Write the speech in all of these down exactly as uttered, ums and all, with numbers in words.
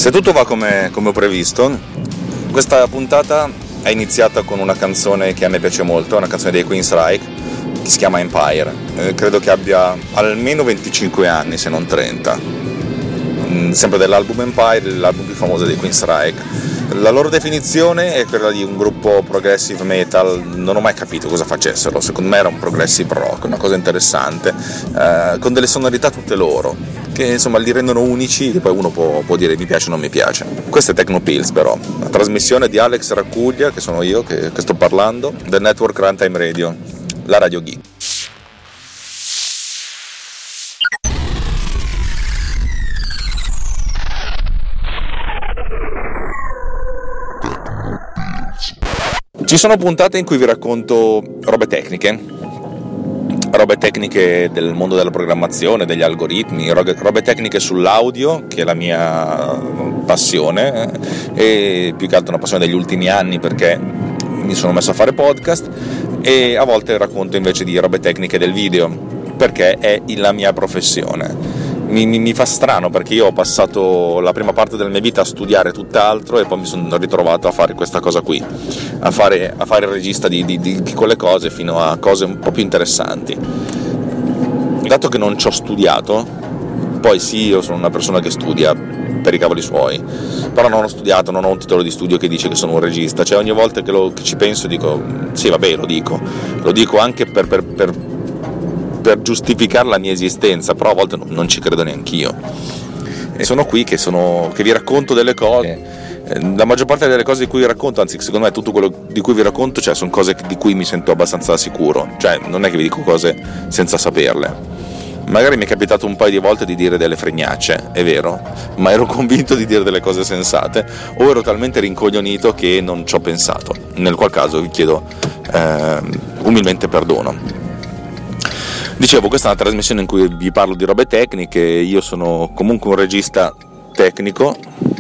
Se tutto va come, come ho previsto, questa puntata è iniziata con una canzone che a me piace molto, una canzone dei Queensryche che si chiama Empire. Eh, credo che abbia almeno venticinque anni, se non trenta. Mm, sempre dell'album Empire, l'album più famoso dei Queensryche. La loro definizione è quella di un gruppo progressive metal. Non ho mai capito cosa facessero, secondo me era un progressive rock, una cosa interessante, eh, con delle sonorità tutte loro, che insomma li rendono unici, e poi uno può, può dire mi piace o non mi piace. Questa è Technopills, però, la trasmissione di Alex Raccuglia, che sono io che, che sto parlando, del network Runtime Radio, la Radio Geek. Ci sono puntate in cui vi racconto robe tecniche, robe tecniche del mondo della programmazione, degli algoritmi, robe tecniche sull'audio, che è la mia passione, e più che altro una passione degli ultimi anni perché mi sono messo a fare podcast, e a volte racconto invece di robe tecniche del video perché è la mia professione. Mi, mi, mi fa strano perché io ho passato la prima parte della mia vita a studiare tutt'altro e poi mi sono ritrovato a fare questa cosa qui, a fare, a fare il regista di, di, di quelle cose fino a cose un po' più interessanti. Dato che non ci ho studiato, poi sì, io sono una persona che studia per i cavoli suoi, però non ho studiato, non ho un titolo di studio che dice che sono un regista, cioè ogni volta che, lo, che ci penso dico sì vabbè lo dico, lo dico anche per, per, per per giustificare la mia esistenza, però a volte non ci credo neanch'io. E sono qui che, sono, che vi racconto delle cose, la maggior parte delle cose di cui vi racconto, anzi secondo me tutto quello di cui vi racconto, cioè sono cose di cui mi sento abbastanza sicuro, cioè non è che vi dico cose senza saperle. Magari mi è capitato un paio di volte di dire delle fregnacce, è vero, ma ero convinto di dire delle cose sensate, o ero talmente rincoglionito che non ci ho pensato, nel qual caso vi chiedo eh, umilmente perdono. Dicevo, questa è una trasmissione in cui vi parlo di robe tecniche, io sono comunque un regista tecnico,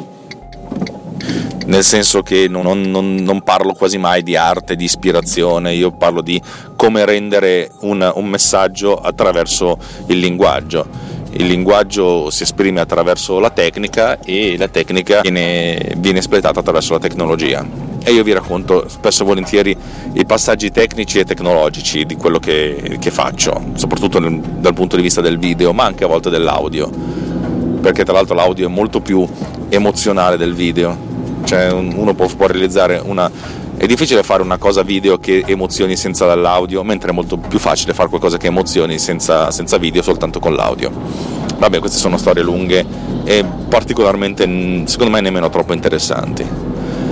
nel senso che non, non, non parlo quasi mai di arte, di ispirazione, io parlo di come rendere un, un messaggio attraverso il linguaggio. Il linguaggio si esprime attraverso la tecnica e la tecnica viene, viene espletata attraverso la tecnologia. E io vi racconto spesso e volentieri i passaggi tecnici e tecnologici di quello che, che faccio, soprattutto nel, dal punto di vista del video, ma anche a volte dell'audio, perché tra l'altro l'audio è molto più emozionale del video, cioè uno può, può realizzare una... è difficile fare una cosa video che emozioni senza l'audio, mentre è molto più facile fare qualcosa che emozioni senza, senza video, soltanto con l'audio. Vabbè, queste sono storie lunghe e particolarmente, secondo me, nemmeno troppo interessanti.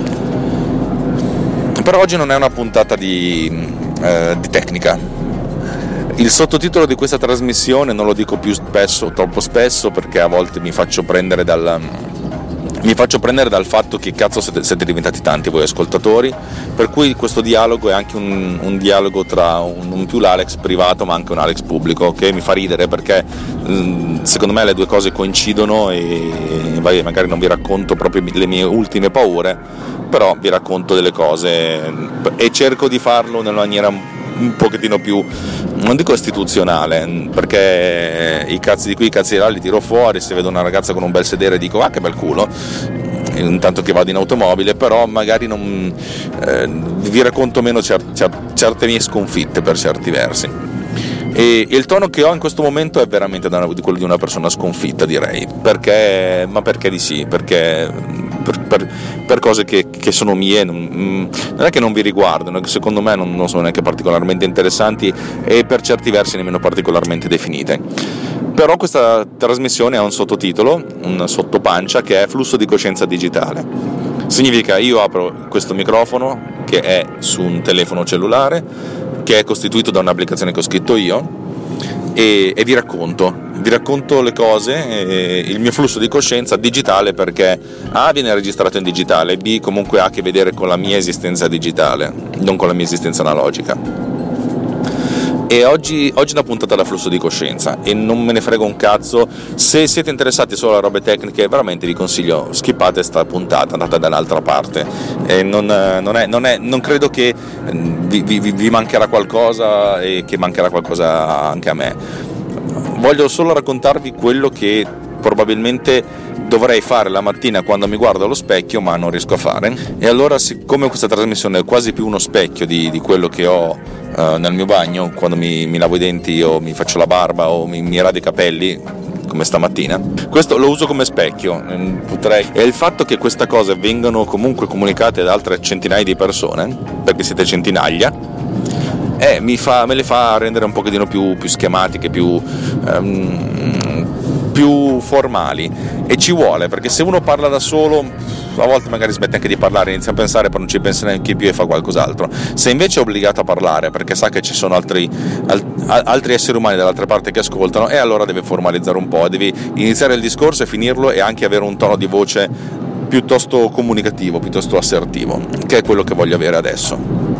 Però oggi non è una puntata di, eh, di tecnica. Il sottotitolo di questa trasmissione non lo dico più spesso, troppo spesso, perché a volte mi faccio prendere dal, mi faccio prendere dal fatto che cazzo siete, siete diventati tanti voi ascoltatori, per cui questo dialogo è anche un, un dialogo tra un, non più l'Alex privato ma anche un Alex pubblico, che mi fa ridere perché mh, secondo me le due cose coincidono e vai, magari non vi racconto proprio le mie ultime paure, però vi racconto delle cose e cerco di farlo nella maniera un pochettino più, non dico istituzionale, perché i cazzi di qui, i cazzi di là li tiro fuori, se vedo una ragazza con un bel sedere dico ah che bel culo, intanto che vado in automobile, però magari non eh, vi racconto meno cer- cer- certe mie sconfitte per certi versi. E il tono che ho in questo momento è veramente di quello di una persona sconfitta, direi, perché, ma perché di sì, perché per, per, per cose che, che sono mie, non, non è che non vi riguardano, secondo me non, non sono neanche particolarmente interessanti e per certi versi nemmeno particolarmente definite. Però questa trasmissione ha un sottotitolo, un sottopancia, che è Flusso di coscienza digitale. Significa io apro questo microfono che è su un telefono cellulare, che è costituito da un'applicazione che ho scritto io, e, e vi racconto vi racconto le cose, e il mio flusso di coscienza digitale, perché A viene registrato in digitale, B comunque ha a che vedere con la mia esistenza digitale, non con la mia esistenza analogica. E oggi, oggi è una puntata da flusso di coscienza e non me ne frego un cazzo. Se siete interessati solo a robe tecniche, veramente vi consiglio, skippate sta puntata, andate da un'altra parte. E non, non, è, non, è, non credo che vi, vi, vi mancherà qualcosa e che mancherà qualcosa anche a me. Voglio solo raccontarvi quello che probabilmente dovrei fare la mattina quando mi guardo allo specchio, ma non riesco a fare. E allora, siccome questa trasmissione è quasi più uno specchio di, di quello che ho uh, nel mio bagno, quando mi, mi lavo i denti o mi faccio la barba o mi, mi rado i capelli, come stamattina, questo lo uso come specchio. Potrei... E il fatto che queste cose vengano comunque comunicate ad altre centinaia di persone, perché siete centinaia, eh, mi fa, me le fa rendere un pochettino più, più schematiche, più, um, più formali, e ci vuole, perché se uno parla da solo a volte magari smette anche di parlare, inizia a pensare, poi non ci pensa neanche più e fa qualcos'altro. Se invece è obbligato a parlare perché sa che ci sono altri, al, altri esseri umani dall'altra parte che ascoltano, e allora deve formalizzare un po', devi iniziare il discorso e finirlo, e anche avere un tono di voce piuttosto comunicativo, piuttosto assertivo, che è quello che voglio avere adesso.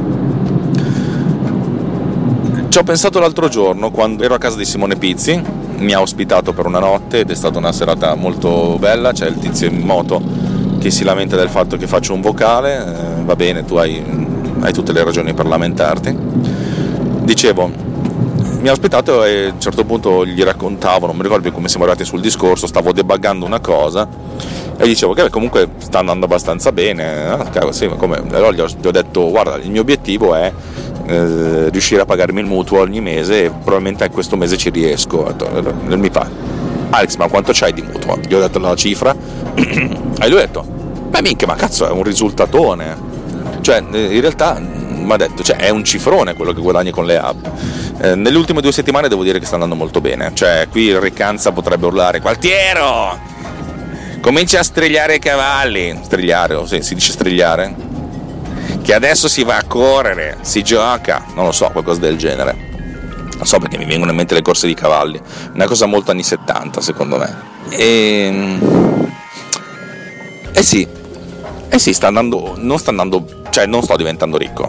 Ci ho pensato l'altro giorno quando ero a casa di Simone Pizzi, mi ha ospitato per una notte ed è stata una serata molto bella. C'è il tizio in moto che si lamenta del fatto che faccio un vocale, eh, va bene, tu hai, hai tutte le ragioni per lamentarti. Dicevo, mi ha ospitato e a un certo punto gli raccontavo, non mi ricordo più come siamo arrivati sul discorso, stavo debuggando una cosa e dicevo che comunque sta andando abbastanza bene. Ah, cavolo, sì, ma come? Allora gli ho, gli ho detto, guarda, il mio obiettivo è eh, riuscire a pagarmi il mutuo ogni mese e probabilmente anche questo mese ci riesco. E mi fa, Alex, ma quanto c'hai di mutuo? Gli ho detto la cifra e lui ha detto, beh minchia, ma cazzo, è un risultatone. Cioè, in realtà mi ha detto, cioè, è un cifrone quello che guadagni con le app. Eh, nelle ultime due settimane devo dire che sta andando molto bene. Cioè, qui il Recanza potrebbe urlare, Gualtiero, comincia a strigliare i cavalli. Strigliare, o sì, si dice strigliare? Che adesso si va a correre, si gioca, non lo so, qualcosa del genere. Non so, perché mi vengono in mente le corse di cavalli, una cosa molto anni settanta secondo me. E eh sì, eh sì, sta andando, non sta andando, cioè non sto diventando ricco.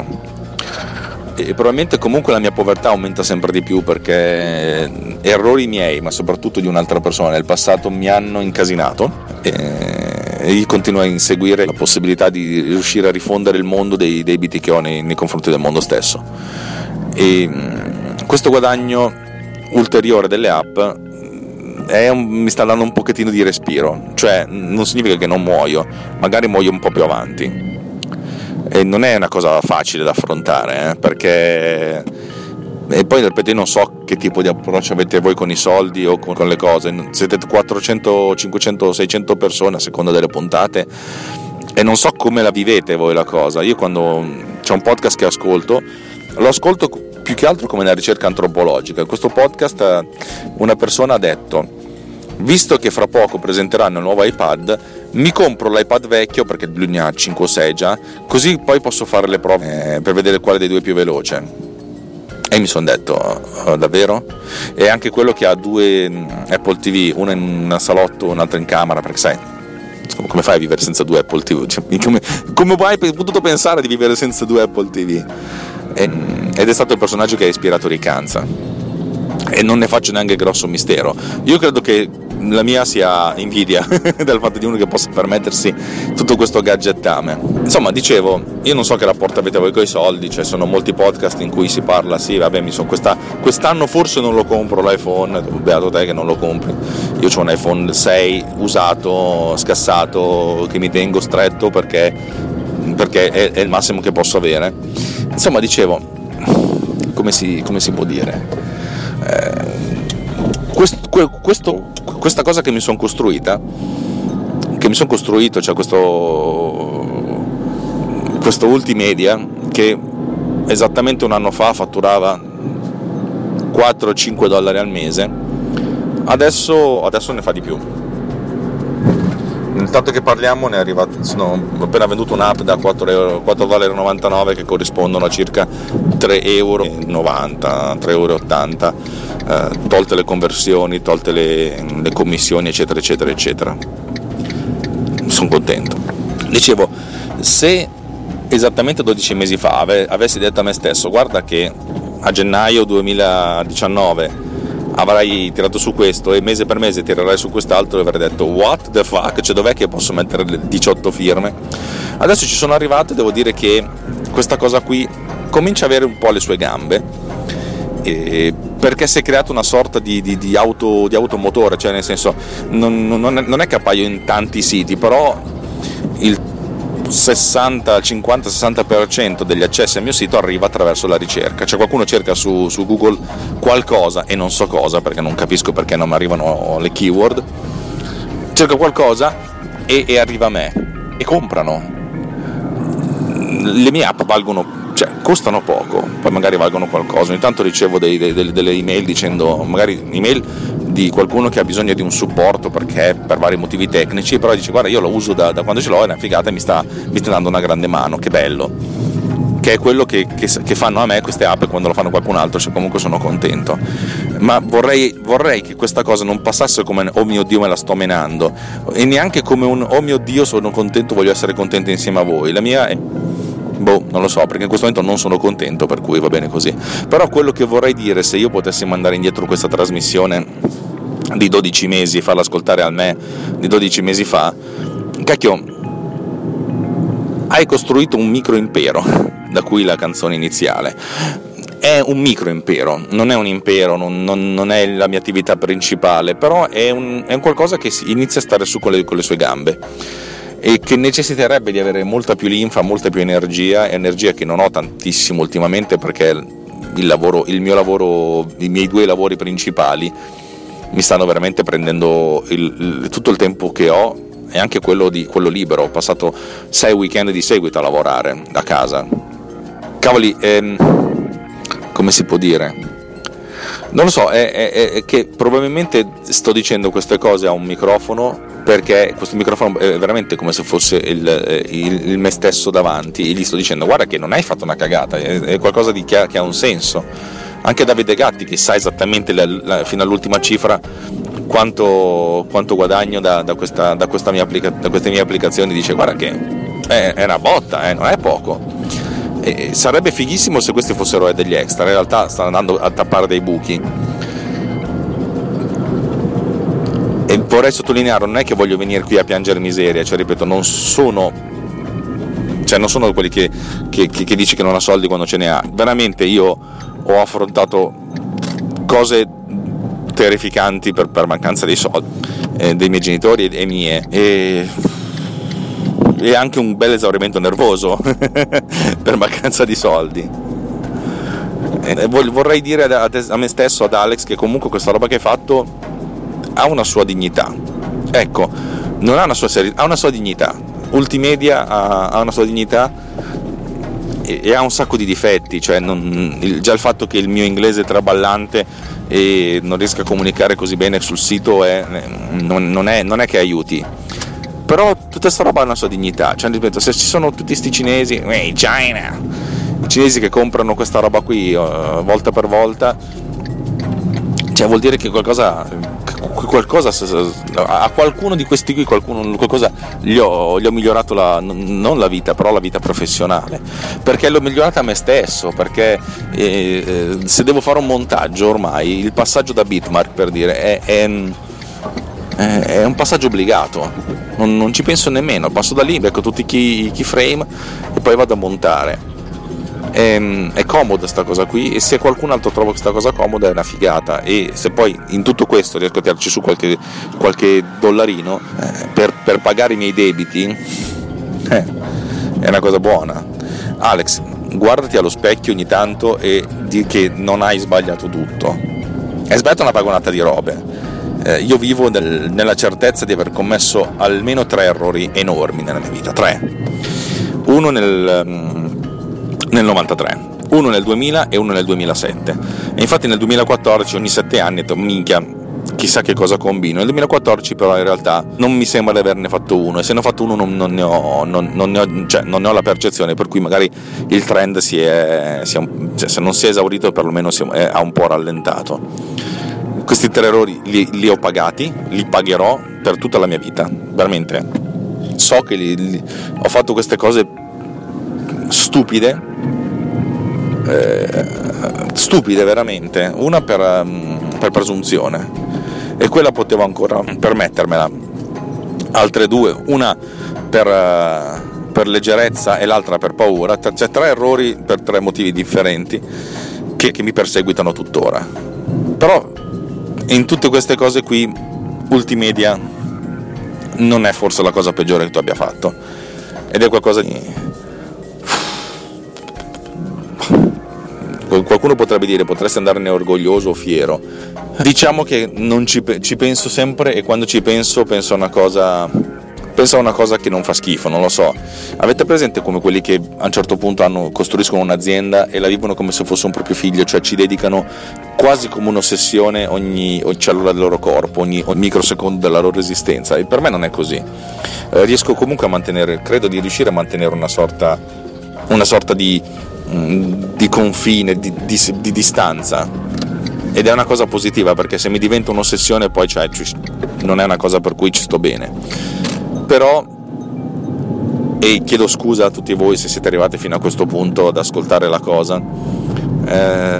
E probabilmente comunque la mia povertà aumenta sempre di più, perché errori miei, ma soprattutto di un'altra persona nel passato, mi hanno incasinato e io continuo a inseguire la possibilità di riuscire a rifondere il mondo dei debiti che ho nei, nei confronti del mondo stesso. E questo guadagno ulteriore delle app è un, mi sta dando un pochettino di respiro, cioè non significa che non muoio, magari muoio un po' più avanti, e non è una cosa facile da affrontare, eh, perché e poi ripeto, io non so che tipo di approccio avete voi con i soldi o con, con le cose, siete quattrocento, cinquecento, seicento persone a seconda delle puntate e non so come la vivete voi la cosa. Io quando c'è un podcast che ascolto, lo ascolto più che altro come una ricerca antropologica. In questo podcast una persona ha detto, visto che fra poco presenteranno il nuovo iPad, mi compro l'iPad vecchio, perché lui ne ha cinque o sei già, così poi posso fare le prove eh, per vedere quale dei due è più veloce. E mi sono detto, oh, davvero? E anche quello che ha due Apple T V, una in un salotto, un'altra in camera, perché sai, come fai a vivere senza due Apple T V? Cioè, come, come hai potuto pensare di vivere senza due Apple T V? Ed è stato il personaggio che ha ispirato Ricanza, e non ne faccio neanche grosso mistero. Io credo che la mia sia invidia del fatto di uno che possa permettersi tutto questo gadgettame. Insomma, dicevo, io non so che rapporto avete voi con i soldi, cioè sono molti podcast in cui si parla, sì vabbè, mi sono questa, quest'anno forse non lo compro l'iPhone, beato te che non lo compri. Io ho un iPhone sei usato, scassato, che mi tengo stretto perché, perché è, è il massimo che posso avere. Insomma, dicevo, come si, come si può dire, eh, questo, questo, questa cosa che mi sono costruita, che mi sono costruito, cioè questo, questo Ultimedia, che esattamente un anno fa fatturava quattro cinque dollari al mese, adesso, adesso ne fa di più. Intanto che parliamo ne è arrivato, sono, ho appena venduto un'app da quattro dollari e novantanove che corrispondono a circa tre virgola novanta euro, tre virgola ottanta euro, eh, tolte le conversioni, tolte le, le commissioni, eccetera eccetera eccetera. Sono contento. Dicevo, se esattamente dodici mesi fa ave, avessi detto a me stesso, guarda che a gennaio duemiladiciannove avrai tirato su questo e mese per mese tirerai su quest'altro, e avrei detto what the fuck, cioè dov'è che posso mettere le diciotto firme? Adesso ci sono arrivato e devo dire che questa cosa qui comincia a avere un po' le sue gambe, E perché si è creata una sorta di, di, di, auto, di automotore, cioè nel senso non, non, non è che appaio in tanti siti, però il sessanta, cinquanta sessanta per cento degli accessi al mio sito arriva attraverso la ricerca, cioè qualcuno cerca su, su Google qualcosa e non so cosa, perché non capisco perché non mi arrivano le keyword, cerca qualcosa e, e arriva a me e comprano. Le mie app valgono, cioè costano poco, poi magari valgono qualcosa. Ogni tanto ricevo dei, dei, delle email dicendo, magari email di qualcuno che ha bisogno di un supporto perché per vari motivi tecnici, però dice guarda io lo uso da, da quando ce l'ho, è una figata e mi sta, mi sta dando una grande mano, che bello, che è quello che, che, che fanno a me queste app, e quando lo fanno qualcun altro, cioè comunque sono contento. Ma vorrei, vorrei che questa cosa non passasse come oh mio Dio me la sto menando, e neanche come un oh mio Dio sono contento, voglio essere contento insieme a voi. La mia è boh, non lo so, perché in questo momento non sono contento, per cui va bene così. Però quello che vorrei dire, se io potessi mandare indietro questa trasmissione di dodici mesi e farla ascoltare a me di dodici mesi fa, cacchio, hai costruito un micro impero, da cui la canzone iniziale. È un micro impero, non è un impero, non, non, non è la mia attività principale, però è un, è un qualcosa che inizia a stare su con le, con le sue gambe, e che necessiterebbe di avere molta più linfa, molta più energia, energia che non ho tantissimo ultimamente, perché il lavoro, il mio lavoro, i miei due lavori principali mi stanno veramente prendendo il, il, tutto il tempo che ho, e anche quello, di, quello libero. Ho passato sei weekend di seguito a lavorare da casa. Cavoli, ehm, come si può dire? Non lo so, è, è, è che probabilmente sto dicendo queste cose a un microfono, perché questo microfono è veramente come se fosse il, il, il me stesso davanti, e gli sto dicendo guarda che non hai fatto una cagata, è, è qualcosa di, che, ha, che ha un senso. Anche Davide Gatti, che sa esattamente la, la, fino all'ultima cifra quanto, quanto guadagno da, da, questa, da, questa mia applica, da queste mie applicazioni, dice guarda che è, è una botta, eh, non è poco. E sarebbe fighissimo se questi fossero degli extra, in realtà stanno andando a tappare dei buchi. E vorrei sottolineare, non è che voglio venire qui a piangere miseria, cioè ripeto, non sono cioè non sono quelli che, che, che, che dici che non ha soldi quando ce ne ha. Veramente io ho affrontato cose terrificanti per, per mancanza dei soldi, eh, dei miei genitori e, e mie, e, e anche un bel esaurimento nervoso per mancanza di soldi. E vorrei dire a, a me stesso, ad Alex, che comunque questa roba che hai fatto ha una sua dignità. Ecco, non ha una sua serie, ha una sua dignità. Ultimedia ha, ha una sua dignità e, e ha un sacco di difetti, cioè non, il, già il fatto che il mio inglese è traballante e non riesca a comunicare così bene sul sito è, non, non, è, non è che aiuti. Però tutta questa roba ha una sua dignità, cioè ripeto, se ci sono tutti sti cinesi, hey, China, i cinesi che comprano questa roba qui uh, volta per volta, cioè vuol dire che qualcosa qualcosa a qualcuno di questi qui qualcuno, qualcosa gli ho, gli ho migliorato la, non la vita, però la vita professionale, perché l'ho migliorata a me stesso, perché eh, se devo fare un montaggio ormai il passaggio da bitmark, per dire, è, è, è un passaggio obbligato, non, non ci penso nemmeno, passo da lì, becco tutti i keyframe e poi vado a montare. È, è comoda sta cosa qui, e se qualcun altro trova questa cosa comoda è una figata, e se poi in tutto questo riesco a tirarci su qualche, qualche dollarino eh, per, per pagare i miei debiti, eh, è una cosa buona. Alex, guardati allo specchio ogni tanto e di che non hai sbagliato tutto. Hai sbagliato una vagonata di robe. Eh, io vivo nel, nella certezza di aver commesso almeno tre errori enormi nella mia vita, tre. Uno nel... Um, nel novantatré, uno nel duemila e uno nel duemilasette, e infatti nel duemilaquattordici ogni sette anni ho detto minchia, chissà che cosa combino. Nel duemilaquattordici però in realtà non mi sembra di averne fatto uno, e se ne ho fatto uno non, non, ne, ho, non, non, ne, ho, cioè, non ne ho la percezione, per cui magari il trend si è, si è cioè, se non si è esaurito perlomeno si è, ha un po' rallentato. Questi tre errori li, li ho pagati, li pagherò per tutta la mia vita, veramente. So che li, li, ho fatto queste cose stupide, eh, stupide veramente, una per, um, per presunzione, e quella potevo ancora permettermela, altre due, una per, uh, per leggerezza e l'altra per paura, cioè tre errori per tre motivi differenti che che, che mi perseguitano tuttora. Però in tutte queste cose qui Ultimedia non è forse la cosa peggiore che tu abbia fatto, ed è qualcosa di... Qualcuno potrebbe dire potresti andarne orgoglioso o fiero. Diciamo che non ci, ci penso sempre, e quando ci penso penso a una cosa penso a una cosa che non fa schifo, non lo so. Avete presente come quelli che a un certo punto hanno, costruiscono un'azienda e la vivono come se fosse un proprio figlio, cioè ci dedicano quasi come un'ossessione ogni, ogni cellula del loro corpo, ogni, ogni microsecondo della loro esistenza? E per me non è così. Eh, riesco comunque a mantenere, credo di riuscire a mantenere una sorta una sorta di, di confine, di, di, di distanza, ed è una cosa positiva, perché se mi diventa un'ossessione poi cioè, non è una cosa per cui ci sto bene. Però, e chiedo scusa a tutti voi se siete arrivati fino a questo punto ad ascoltare la cosa, eh,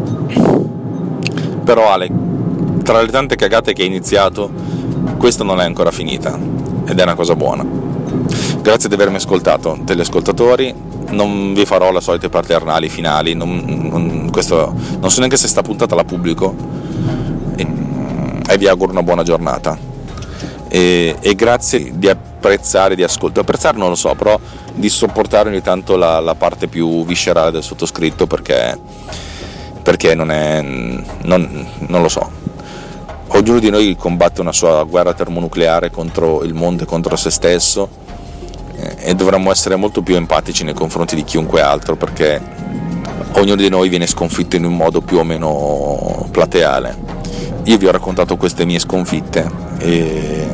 però Ale, tra le tante cagate che hai iniziato, questa non è ancora finita, ed è una cosa buona. Grazie di avermi ascoltato, teleascoltatori. Non vi farò le solite paternali finali, non, non, questo, non so neanche se sta puntata la pubblico, e, e vi auguro una buona giornata, e, e grazie di apprezzare, di ascoltare, apprezzare non lo so, però di sopportare ogni tanto la, la parte più viscerale del sottoscritto, perché, perché non è, non, non lo so, ognuno di noi combatte una sua guerra termonucleare contro il mondo e contro se stesso, e dovremmo essere molto più empatici nei confronti di chiunque altro, perché ognuno di noi viene sconfitto in un modo più o meno plateale. Io vi ho raccontato queste mie sconfitte e,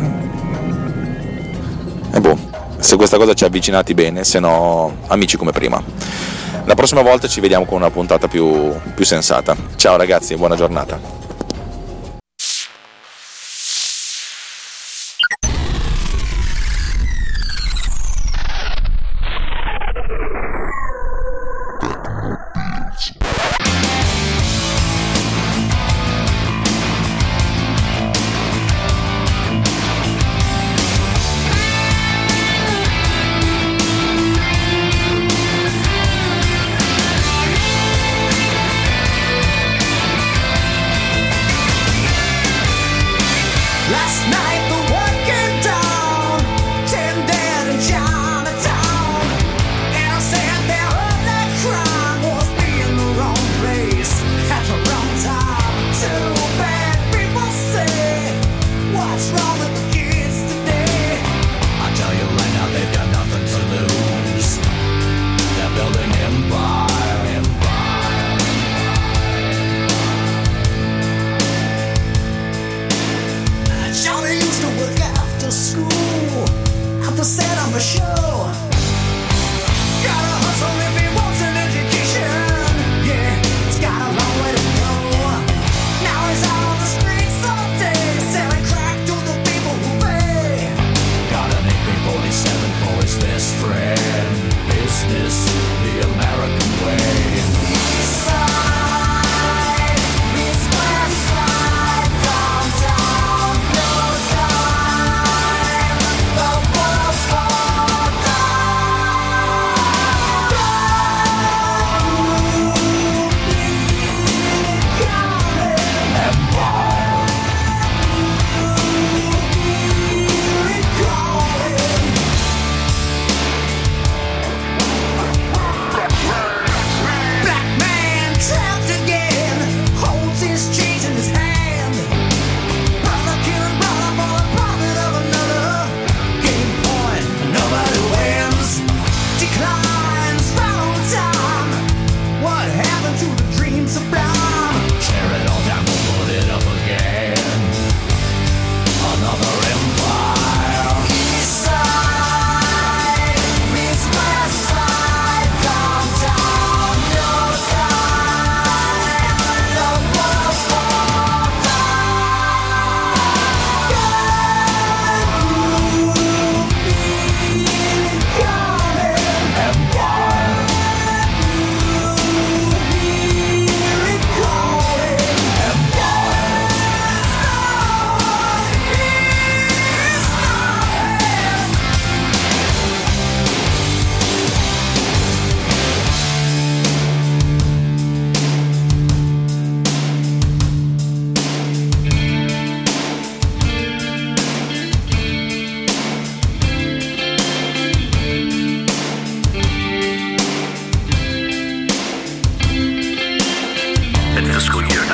e boh, se questa cosa ci ha avvicinati bene, se no amici come prima. La prossima volta ci vediamo con una puntata più, più sensata. Ciao ragazzi, buona giornata.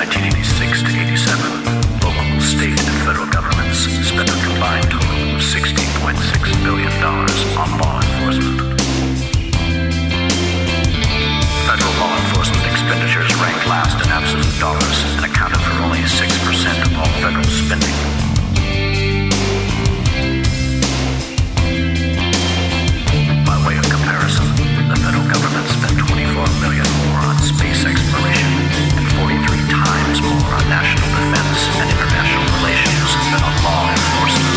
nineteen eighty-six to eighty-seven, the local, state, and federal governments spent a combined total of sixteen point six billion dollars on law enforcement. Federal law enforcement expenditures ranked last in absolute dollars and accounted for only six percent of all federal spending. By way of comparison, the federal government spent twenty-four million dollars more on space exploration and forty-three times more on national defense and international relations than on law enforcement.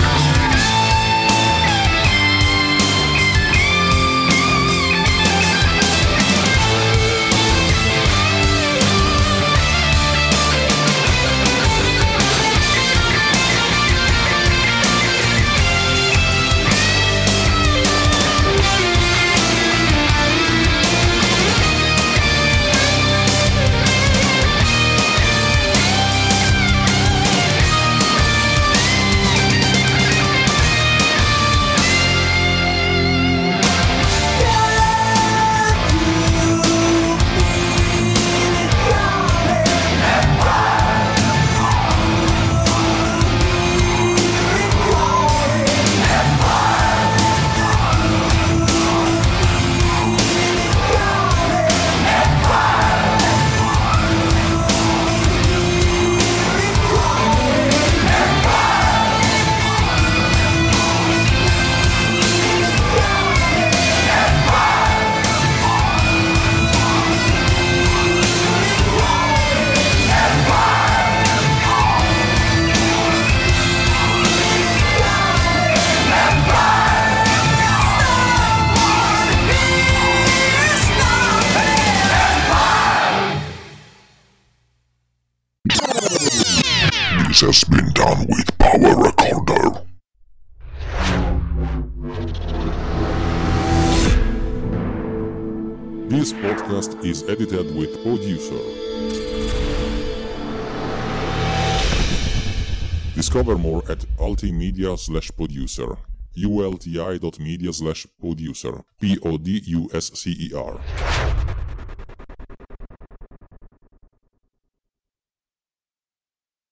Has been done with Power Recorder. This podcast is edited with Producer. Discover more at ultimedia slash producer. ulti dot media slash producer. P O D U S C E R.